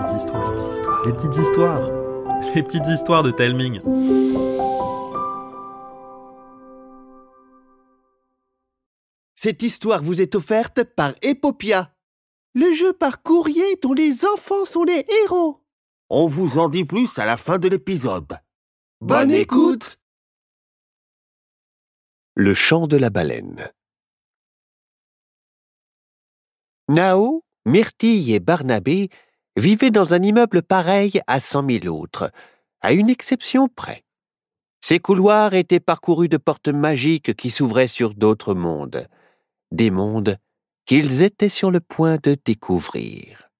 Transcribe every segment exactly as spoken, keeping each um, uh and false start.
petites histoires, petites histoires, les petites histoires, les petites histoires de Telming. Cette histoire vous est offerte par Epopia, le jeu par courrier dont les enfants sont les héros. On vous en dit plus à la fin de l'épisode. Bonne écoute! Le chant de la baleine. Nao, Myrtille et Barnabé vivaient dans un immeuble pareil à cent mille autres, à une exception près. Ces couloirs étaient parcourus de portes magiques qui s'ouvraient sur d'autres mondes, des mondes qu'ils étaient sur le point de découvrir.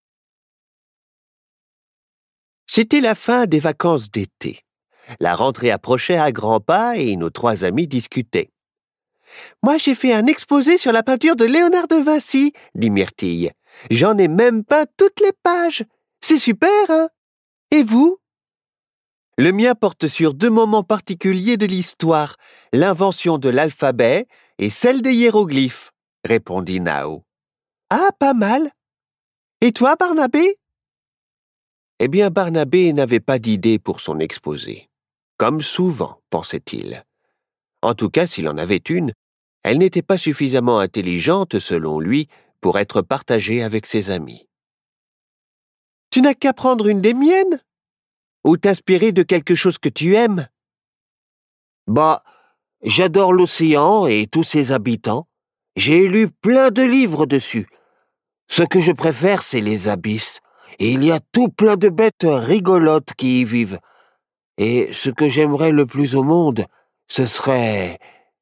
C'était la fin des vacances d'été. La rentrée approchait à grands pas et nos trois amis discutaient. « Moi, j'ai fait un exposé sur la peinture de Léonard de Vinci, » dit Myrtille. « J'en ai même peint toutes les pages. C'est super, hein? Et vous? » « Le mien porte sur deux moments particuliers de l'histoire, l'invention de l'alphabet et celle des hiéroglyphes, » répondit Nao. « Ah, pas mal. Et toi, Barnabé? » Eh bien, Barnabé n'avait pas d'idée pour son exposé. Comme souvent, pensait-il. En tout cas, s'il en avait une, elle n'était pas suffisamment intelligente, selon lui, pour être partagée avec ses amis. « Tu n'as qu'à prendre une des miennes? Ou t'inspirer de quelque chose que tu aimes? » « Bah, j'adore l'océan et tous ses habitants. J'ai lu plein de livres dessus. Ce que je préfère, c'est les abysses. Et il y a tout plein de bêtes rigolotes qui y vivent. Et ce que j'aimerais le plus au monde, ce serait... »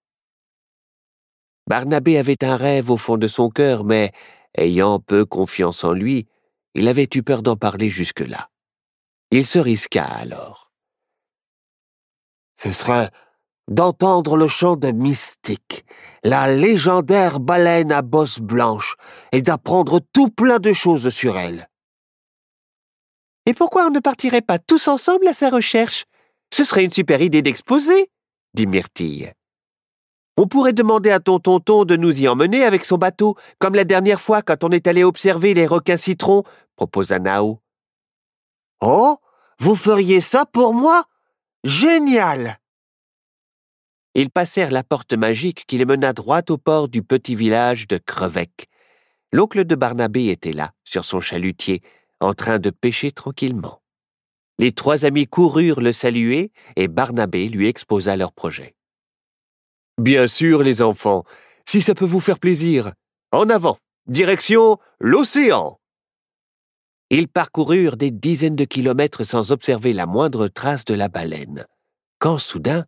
Barnabé avait un rêve au fond de son cœur, mais, ayant peu confiance en lui, il avait eu peur d'en parler jusque-là. Il se risqua alors. « Ce serait d'entendre le chant de Mystique, la légendaire baleine à bosse blanche, et d'apprendre tout plein de choses sur elle. » « Et pourquoi on ne partirait pas tous ensemble à sa recherche? Ce serait une super idée d'exposer, » dit Myrtille. « On pourrait demander à ton tonton de nous y emmener avec son bateau, comme la dernière fois quand on est allé observer les requins citrons, » proposa Nao. « Oh, vous feriez ça pour moi? Génial !» Ils passèrent la porte magique qui les mena droit au port du petit village de Crevec. L'oncle de Barnabé était là, sur son chalutier, en train de pêcher tranquillement. Les trois amis coururent le saluer et Barnabé lui exposa leur projet. « Bien sûr, les enfants, si ça peut vous faire plaisir. En avant, direction l'océan !» Ils parcoururent des dizaines de kilomètres sans observer la moindre trace de la baleine. Quand soudain...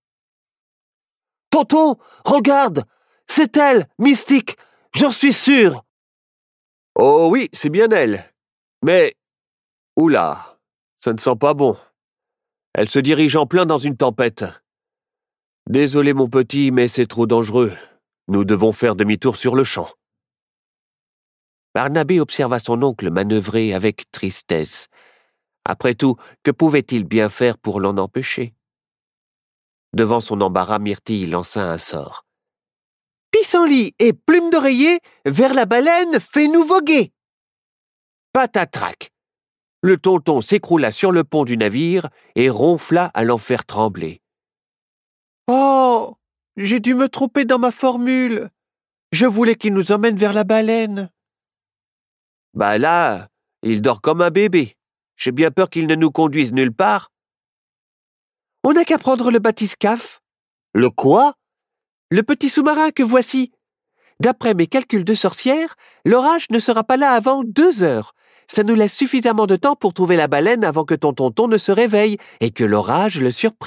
« Tonton, regarde! C'est elle, Mystique! J'en suis sûr! »« Oh oui, c'est bien elle. Mais... Oula, ça ne sent pas bon. Elle se dirige en plein dans une tempête. Désolé mon petit, mais c'est trop dangereux. Nous devons faire demi-tour sur le champ. » Barnabé observa son oncle manœuvrer avec tristesse. Après tout, que pouvait-il bien faire pour l'en empêcher? Devant son embarras, Myrtille lança un sort. « Pissenlit et plume d'oreiller, vers la baleine, fais-nous voguer !» Patatrac! Le tonton s'écroula sur le pont du navire et ronfla à l'en faire trembler. « Oh, j'ai dû me tromper dans ma formule. Je voulais qu'il nous emmène vers la baleine. » « Bah là, il dort comme un bébé. J'ai bien peur qu'il ne nous conduise nulle part. »« On n'a qu'à prendre le bathyscaphe. »« Le quoi? »« Le petit sous-marin que voici. D'après mes calculs de sorcière, l'orage ne sera pas là avant deux heures. Ça nous laisse suffisamment de temps pour trouver la baleine avant que ton tonton ne se réveille et que l'orage le surprenne. »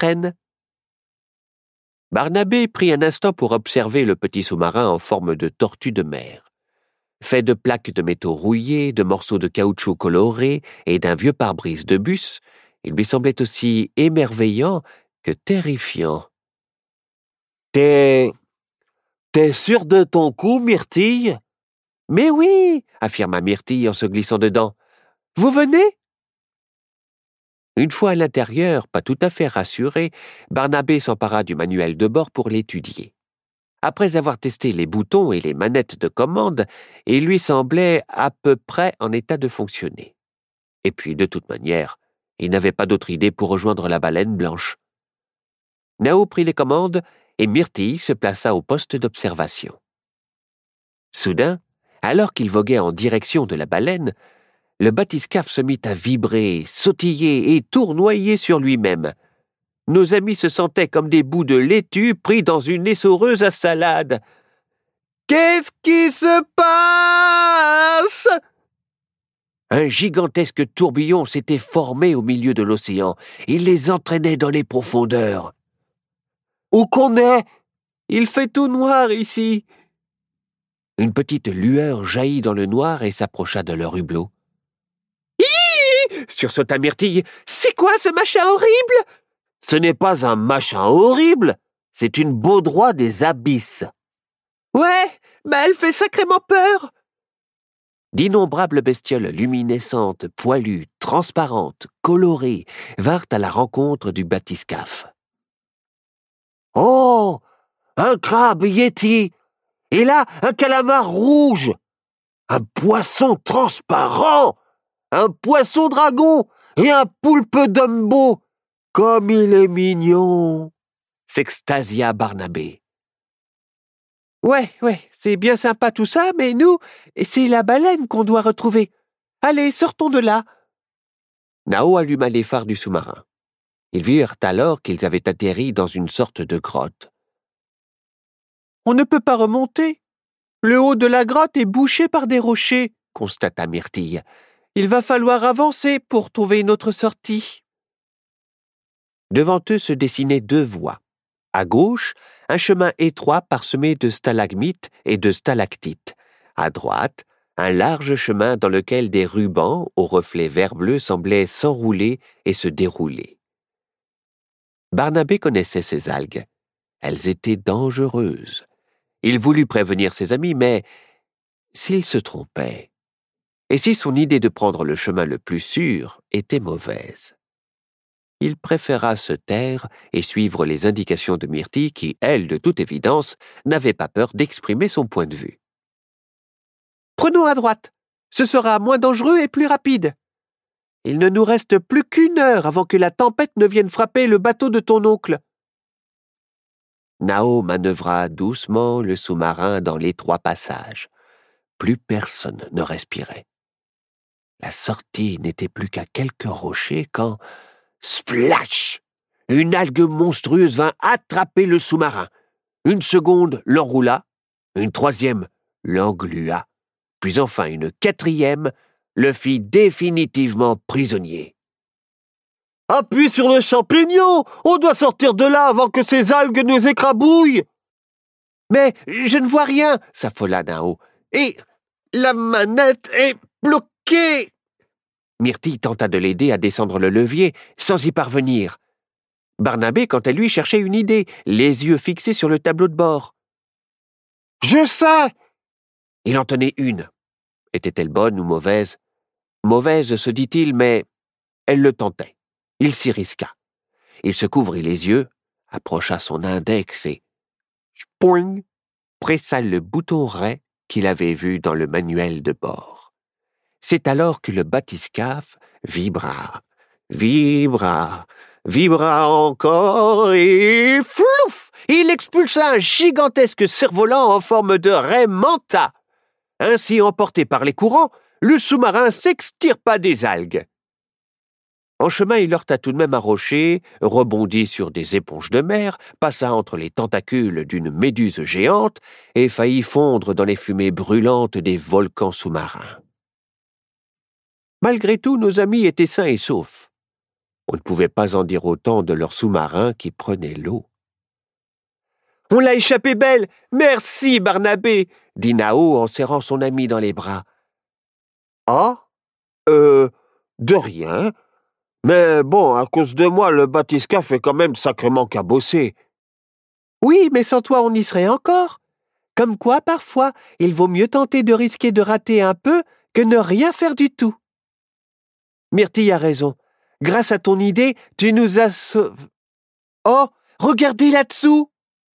Barnabé prit un instant pour observer le petit sous-marin en forme de tortue de mer. Fait de plaques de métaux rouillés, de morceaux de caoutchouc colorés et d'un vieux pare-brise de bus, il lui semblait aussi émerveillant que terrifiant. « T'es... t'es sûr de ton coup, Myrtille? »« Mais oui, » affirma Myrtille en se glissant dedans. « Vous venez ?» Une fois à l'intérieur, pas tout à fait rassuré, Barnabé s'empara du manuel de bord pour l'étudier. Après avoir testé les boutons et les manettes de commande, il lui semblait à peu près en état de fonctionner. Et puis, de toute manière, il n'avait pas d'autre idée pour rejoindre la baleine blanche. Nao prit les commandes et Myrtille se plaça au poste d'observation. Soudain, alors qu'il voguait en direction de la baleine, le bathyscaphe se mit à vibrer, sautiller et tournoyer sur lui-même. Nos amis se sentaient comme des bouts de laitue pris dans une essoreuse à salade. « Qu'est-ce qui se passe ?» Un gigantesque tourbillon s'était formé au milieu de l'océan. Il les entraînait dans les profondeurs. « Où qu'on est ? Il fait tout noir ici !» Une petite lueur jaillit dans le noir et s'approcha de leur hublot. « Hi !» sursauta Myrtille. « C'est quoi ce machin horrible ?»« Ce n'est pas un machin horrible, c'est une baudroie des abysses. »« Ouais, mais elle fait sacrément peur !» D'innombrables bestioles luminescentes, poilues, transparentes, colorées, vinrent à la rencontre du bathyscaphe. « Oh, un crabe yéti ! Et là, un calamar rouge, un poisson transparent, un poisson dragon et un poulpe Dumbo. Comme il est mignon !» s'extasia Barnabé. « Ouais, ouais, c'est bien sympa tout ça, mais nous, c'est la baleine qu'on doit retrouver. Allez, sortons de là !» Nao alluma les phares du sous-marin. Ils virent alors qu'ils avaient atterri dans une sorte de grotte. « On ne peut pas remonter. Le haut de la grotte est bouché par des rochers, » constata Myrtille. « Il va falloir avancer pour trouver une autre sortie. » Devant eux se dessinaient deux voies. À gauche, un chemin étroit parsemé de stalagmites et de stalactites. À droite, un large chemin dans lequel des rubans aux reflets vert-bleu semblaient s'enrouler et se dérouler. Barnabé connaissait ces algues. Elles étaient dangereuses. Il voulut prévenir ses amis, mais s'il se trompait, et si son idée de prendre le chemin le plus sûr était mauvaise, il préféra se taire et suivre les indications de Myrtille qui, elle, de toute évidence, n'avait pas peur d'exprimer son point de vue. « Prenons à droite. Ce sera moins dangereux et plus rapide. Il ne nous reste plus qu'une heure avant que la tempête ne vienne frapper le bateau de ton oncle. » Nao manœuvra doucement le sous-marin dans l'étroit passage. Plus personne ne respirait. La sortie n'était plus qu'à quelques rochers quand, splash! Une algue monstrueuse vint attraper le sous-marin. Une seconde l'enroula, une troisième l'englua, puis enfin une quatrième le fit définitivement prisonnier. « Appuie sur le champignon! On doit sortir de là avant que ces algues nous écrabouillent !»« Mais je ne vois rien !» s'affola Nao. « Et la manette est bloquée !» Myrtille tenta de l'aider à descendre le levier sans y parvenir. Barnabé, quant à lui, cherchait une idée, les yeux fixés sur le tableau de bord. « Je sais !» Il en tenait une. Était-elle bonne ou mauvaise? Mauvaise, se dit-il, mais elle le tentait. Il s'y risqua. Il se couvrit les yeux, approcha son index et, spoing, pressa le bouton ray qu'il avait vu dans le manuel de bord. C'est alors que le bathyscaphe vibra, vibra, vibra encore et flouf! Il expulsa un gigantesque cerf-volant en forme de raie manta. Ainsi emporté par les courants, le sous-marin s'extirpa des algues. En chemin, il heurta tout de même un rocher, rebondit sur des éponges de mer, passa entre les tentacules d'une méduse géante et faillit fondre dans les fumées brûlantes des volcans sous-marins. Malgré tout, nos amis étaient sains et saufs. On ne pouvait pas en dire autant de leur sous-marin qui prenait l'eau. « On l'a échappé belle! Merci, Barnabé !» dit Nao en serrant son ami dans les bras. « Ah, euh, de rien. Mais bon, à cause de moi, le bathyscaphe est quand même sacrément cabossé. »« Oui, mais sans toi, on y serait encore. Comme quoi, parfois, il vaut mieux tenter de risquer de rater un peu que ne rien faire du tout. » Myrtille a raison. Grâce à ton idée, tu nous as sauv... Oh, regardez là-dessous!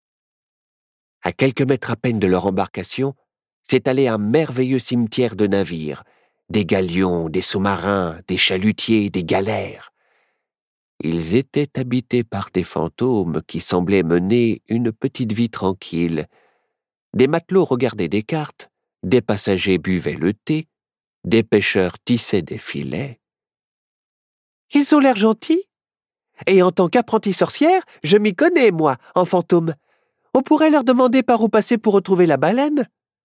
À quelques mètres à peine de leur embarcation, s'étalait un merveilleux cimetière de navires, des galions, des sous-marins, des chalutiers, des galères. Ils étaient habités par des fantômes qui semblaient mener une petite vie tranquille. Des matelots regardaient des cartes, des passagers buvaient le thé, des pêcheurs tissaient des filets. « Ils ont l'air gentils. Et en tant qu'apprentie sorcière, je m'y connais, moi, en fantôme. On pourrait leur demander par où passer pour retrouver la baleine. »«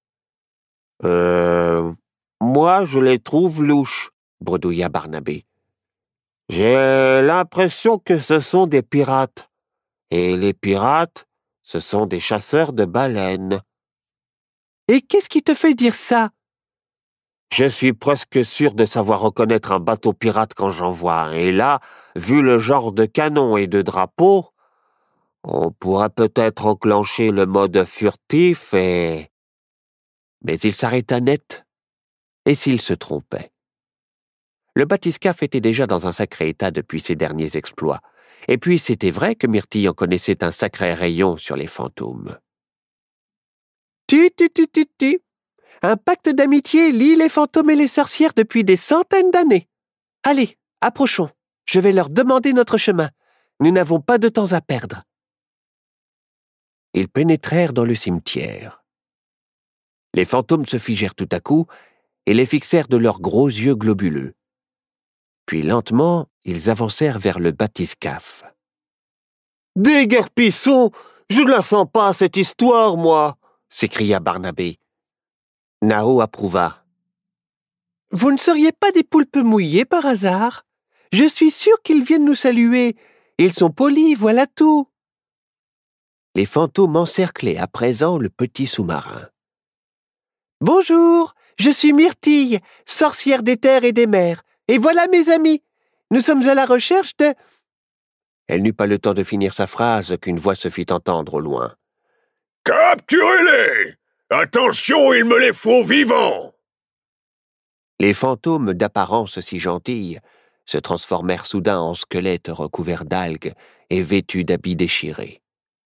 Euh... Moi, je les trouve louches, » bredouilla Barnabé. « J'ai l'impression que ce sont des pirates. Et les pirates, ce sont des chasseurs de baleines. »« Et qu'est-ce qui te fait dire ça ?»« Je suis presque sûr de savoir reconnaître un bateau pirate quand j'en vois un. Et là, vu le genre de canon et de drapeau, on pourra peut-être enclencher le mode furtif et... » Mais il s'arrêta net. Et s'il se trompait? Le bathyscaphe était déjà dans un sacré état depuis ses derniers exploits. Et puis c'était vrai que Myrtille en connaissait un sacré rayon sur les fantômes. Tu, tu, tu, tu, tu. Un pacte d'amitié lie les fantômes et les sorcières depuis des centaines d'années. Allez, approchons. Je vais leur demander notre chemin. Nous n'avons pas de temps à perdre. Ils pénétrèrent dans le cimetière. Les fantômes se figèrent tout à coup et les fixèrent de leurs gros yeux globuleux. Puis lentement, ils avancèrent vers le bathyscaphe. « Déguerpissons! Je ne la sens pas, cette histoire, moi !» s'écria Barnabé. Nao approuva. « Vous ne seriez pas des poulpes mouillés par hasard? Je suis sûr qu'ils viennent nous saluer. Ils sont polis, voilà tout. » Les fantômes encerclaient à présent le petit sous-marin. « Bonjour, je suis Myrtille, sorcière des terres et des mers. Et voilà mes amis. Nous sommes à la recherche de... » Elle n'eut pas le temps de finir sa phrase qu'une voix se fit entendre au loin. « Capturez-les! Attention, il me les faut vivants !» Les fantômes d'apparence si gentille se transformèrent soudain en squelettes recouverts d'algues et vêtus d'habits déchirés.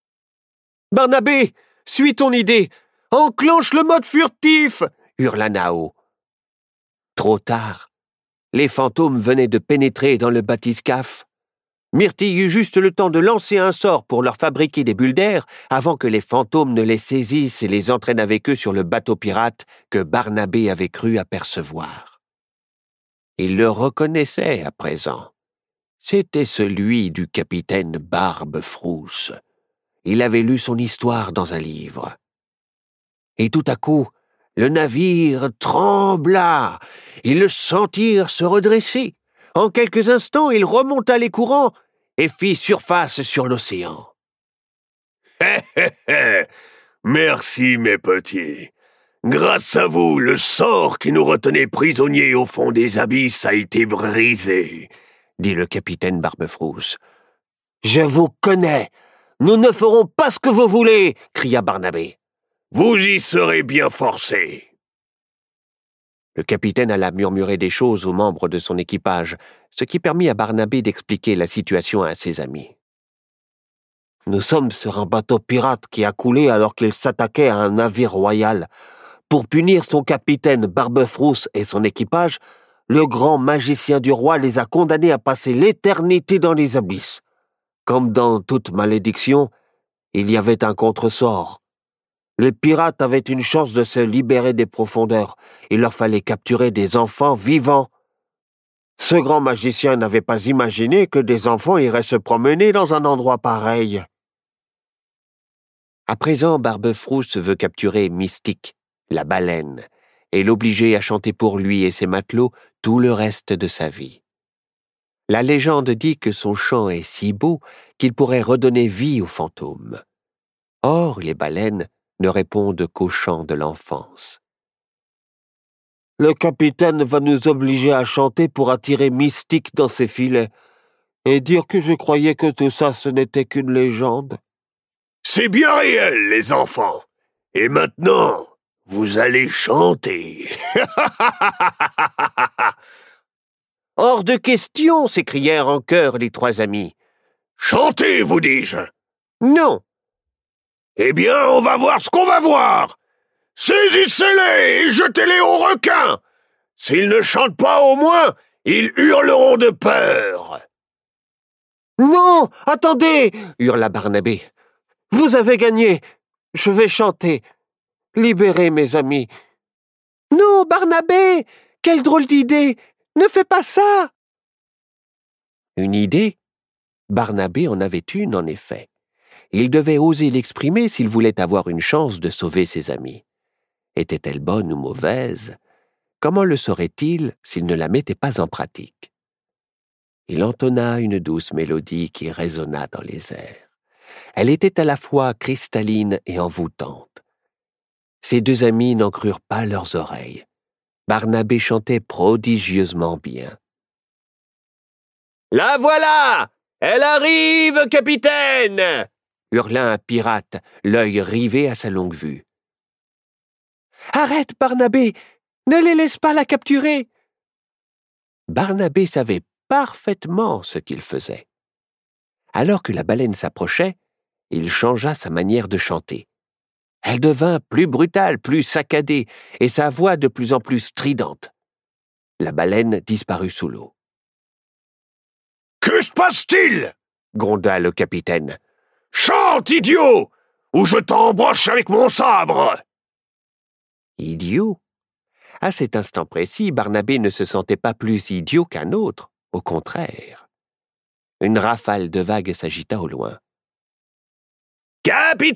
« Barnabé, suis ton idée! Enclenche le mode furtif !» hurla Nao. Trop tard. Les fantômes venaient de pénétrer dans le bathyscaphe. Myrtille eut juste le temps de lancer un sort pour leur fabriquer des bulles d'air avant que les fantômes ne les saisissent et les entraînent avec eux sur le bateau pirate que Barnabé avait cru apercevoir. Il le reconnaissait à présent. C'était celui du capitaine Barbe-Frousse. Il avait lu son histoire dans un livre. Et tout à coup, le navire trembla. Ils le sentirent se redresser. En quelques instants, il remonta les courants et fit surface sur l'océan. Hé, hé, hé! Merci, mes petits. Grâce à vous, le sort qui nous retenait prisonniers au fond des abysses a été brisé, dit le capitaine Barbe-Frousse. Je vous connais. Nous ne ferons pas ce que vous voulez, cria Barnabé. Vous y serez bien forcés. Le capitaine alla murmurer des choses aux membres de son équipage, ce qui permit à Barnabé d'expliquer la situation à ses amis. « Nous sommes sur un bateau pirate qui a coulé alors qu'il s'attaquait à un navire royal. Pour punir son capitaine Barbe-Frousse et son équipage, le grand magicien du roi les a condamnés à passer l'éternité dans les abysses. Comme dans toute malédiction, il y avait un contresort. Les pirates avaient une chance de se libérer des profondeurs. Il leur fallait capturer des enfants vivants. Ce grand magicien n'avait pas imaginé que des enfants iraient se promener dans un endroit pareil. À présent, Barbe-Frousse veut capturer Mystique, la baleine, et l'obliger à chanter pour lui et ses matelots tout le reste de sa vie. La légende dit que son chant est si beau qu'il pourrait redonner vie aux fantômes. Or, les baleines ne répondent qu'au chant de l'enfance. Le capitaine va nous obliger à chanter pour attirer Mystique dans ses filets et dire que je croyais que tout ça, ce n'était qu'une légende. C'est bien réel, les enfants. Et maintenant, vous allez chanter. Hors de question, s'écrièrent en chœur les trois amis. Chantez, vous dis-je. Non. Eh bien, on va voir ce qu'on va voir. Saisissez-les et jetez-les aux requins. S'ils ne chantent pas au moins, ils hurleront de peur. »« Non, attendez !» hurla Barnabé. « Vous avez gagné. Je vais chanter. Libérez mes amis. »« Non, Barnabé ! Quelle drôle d'idée ! Ne fais pas ça !» Une idée ? Barnabé en avait une, en effet. Il devait oser l'exprimer s'il voulait avoir une chance de sauver ses amis. Était-elle bonne ou mauvaise ? Comment le saurait-il s'il ne la mettait pas en pratique ? Il entonna une douce mélodie qui résonna dans les airs. Elle était à la fois cristalline et envoûtante. Ses deux amis n'en crurent pas leurs oreilles. Barnabé chantait prodigieusement bien. « La voilà ! Elle arrive, capitaine !» hurla un pirate, l'œil rivé à sa longue vue. « Arrête, Barnabé ! Ne les laisse pas la capturer !» Barnabé savait parfaitement ce qu'il faisait. Alors que la baleine s'approchait, il changea sa manière de chanter. Elle devint plus brutale, plus saccadée, et sa voix de plus en plus stridente. La baleine disparut sous l'eau. « Que se passe-t-il » gronda le capitaine. « Chante, idiot, ou je t'embroche avec mon sabre !» Idiot ? À cet instant précis, Barnabé ne se sentait pas plus idiot qu'un autre, au contraire. Une rafale de vagues s'agita au loin. « Capitaine !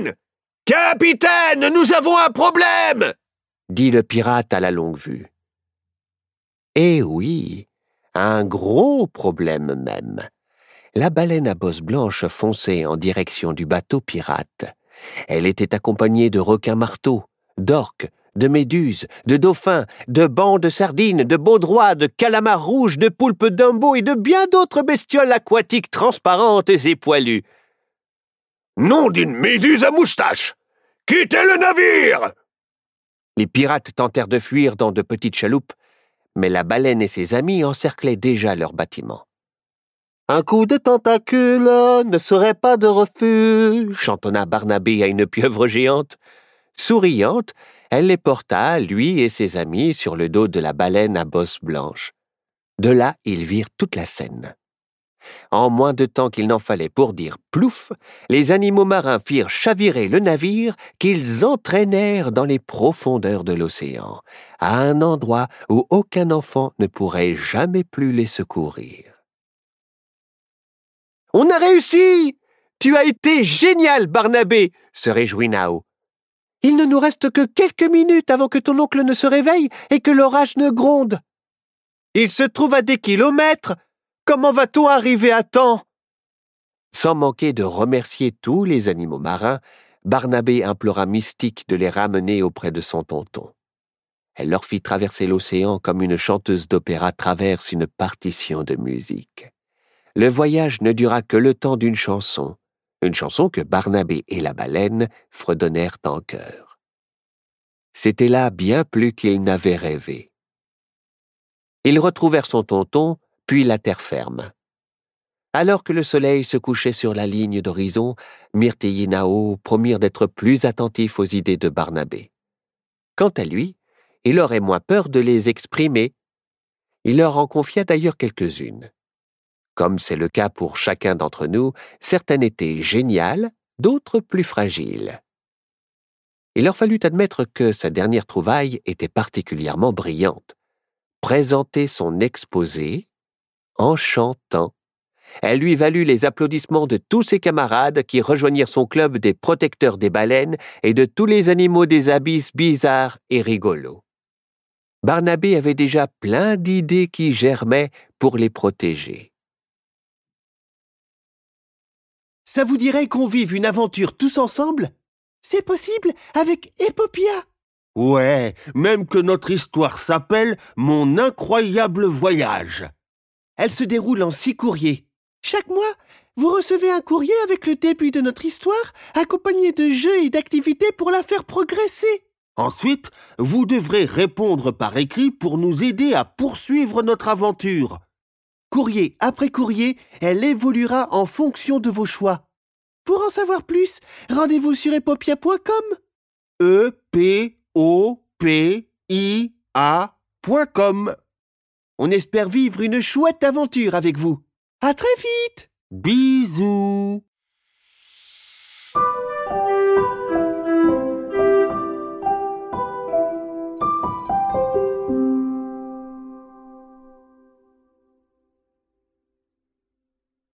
Capitaine, nous avons un problème !» dit le pirate à la longue vue. Eh oui, un gros problème même. La baleine à bosse blanche fonçait en direction du bateau pirate. Elle était accompagnée de requins-marteaux, d'orques, de méduses, de dauphins, de bancs de sardines, de baudroies, de calamars rouges, de poulpes dumbo et de bien d'autres bestioles aquatiques transparentes et poilues. « Nom d'une méduse à moustache ! Quittez le navire !» Les pirates tentèrent de fuir dans de petites chaloupes, mais la baleine et ses amis encerclaient déjà leur bâtiment. « Un coup de tentacule ne serait pas de refus » chantonna Barnabé à une pieuvre géante. Souriante, elle les porta, lui et ses amis, sur le dos de la baleine à bosse blanche. De là, ils virent toute la scène. En moins de temps qu'il n'en fallait pour dire plouf, les animaux marins firent chavirer le navire qu'ils entraînèrent dans les profondeurs de l'océan, à un endroit où aucun enfant ne pourrait jamais plus les secourir. « On a réussi ! Tu as été génial, Barnabé !» se réjouit Nao. « Il ne nous reste que quelques minutes avant que ton oncle ne se réveille et que l'orage ne gronde. Il se trouve à des kilomètres. Comment va-t-on arriver à temps ?» Sans manquer de remercier tous les animaux marins, Barnabé implora Mystique de les ramener auprès de son tonton. Elle leur fit traverser l'océan comme une chanteuse d'opéra traverse une partition de musique. Le voyage ne dura que le temps d'une chanson, une chanson que Barnabé et la baleine fredonnèrent en chœur. C'était là bien plus qu'ils n'avaient rêvé. Ils retrouvèrent son tonton, puis la terre ferme. Alors que le soleil se couchait sur la ligne d'horizon, Myrtille et Nao promirent d'être plus attentifs aux idées de Barnabé. Quant à lui, il aurait moins peur de les exprimer. Il leur en confia d'ailleurs quelques-unes. Comme c'est le cas pour chacun d'entre nous, certaines étaient géniales, d'autres plus fragiles. Il leur fallut admettre que sa dernière trouvaille était particulièrement brillante. Présenter son exposé en chantant. Elle lui valut les applaudissements de tous ses camarades qui rejoignirent son club des protecteurs des baleines et de tous les animaux des abysses bizarres et rigolos. Barnabé avait déjà plein d'idées qui germaient pour les protéger. Ça vous dirait qu'on vive une aventure tous ensemble ? C'est possible avec Epopia. Ouais, même que notre histoire s'appelle « Mon incroyable voyage ». Elle se déroule en six courriers. Chaque mois, vous recevez un courrier avec le début de notre histoire, accompagné de jeux et d'activités pour la faire progresser. Ensuite, vous devrez répondre par écrit pour nous aider à poursuivre notre aventure. Courrier après courrier, elle évoluera en fonction de vos choix. Pour en savoir plus, rendez-vous sur epopia point com. E P O P I A point com. On espère vivre une chouette aventure avec vous. À très vite. Bisous.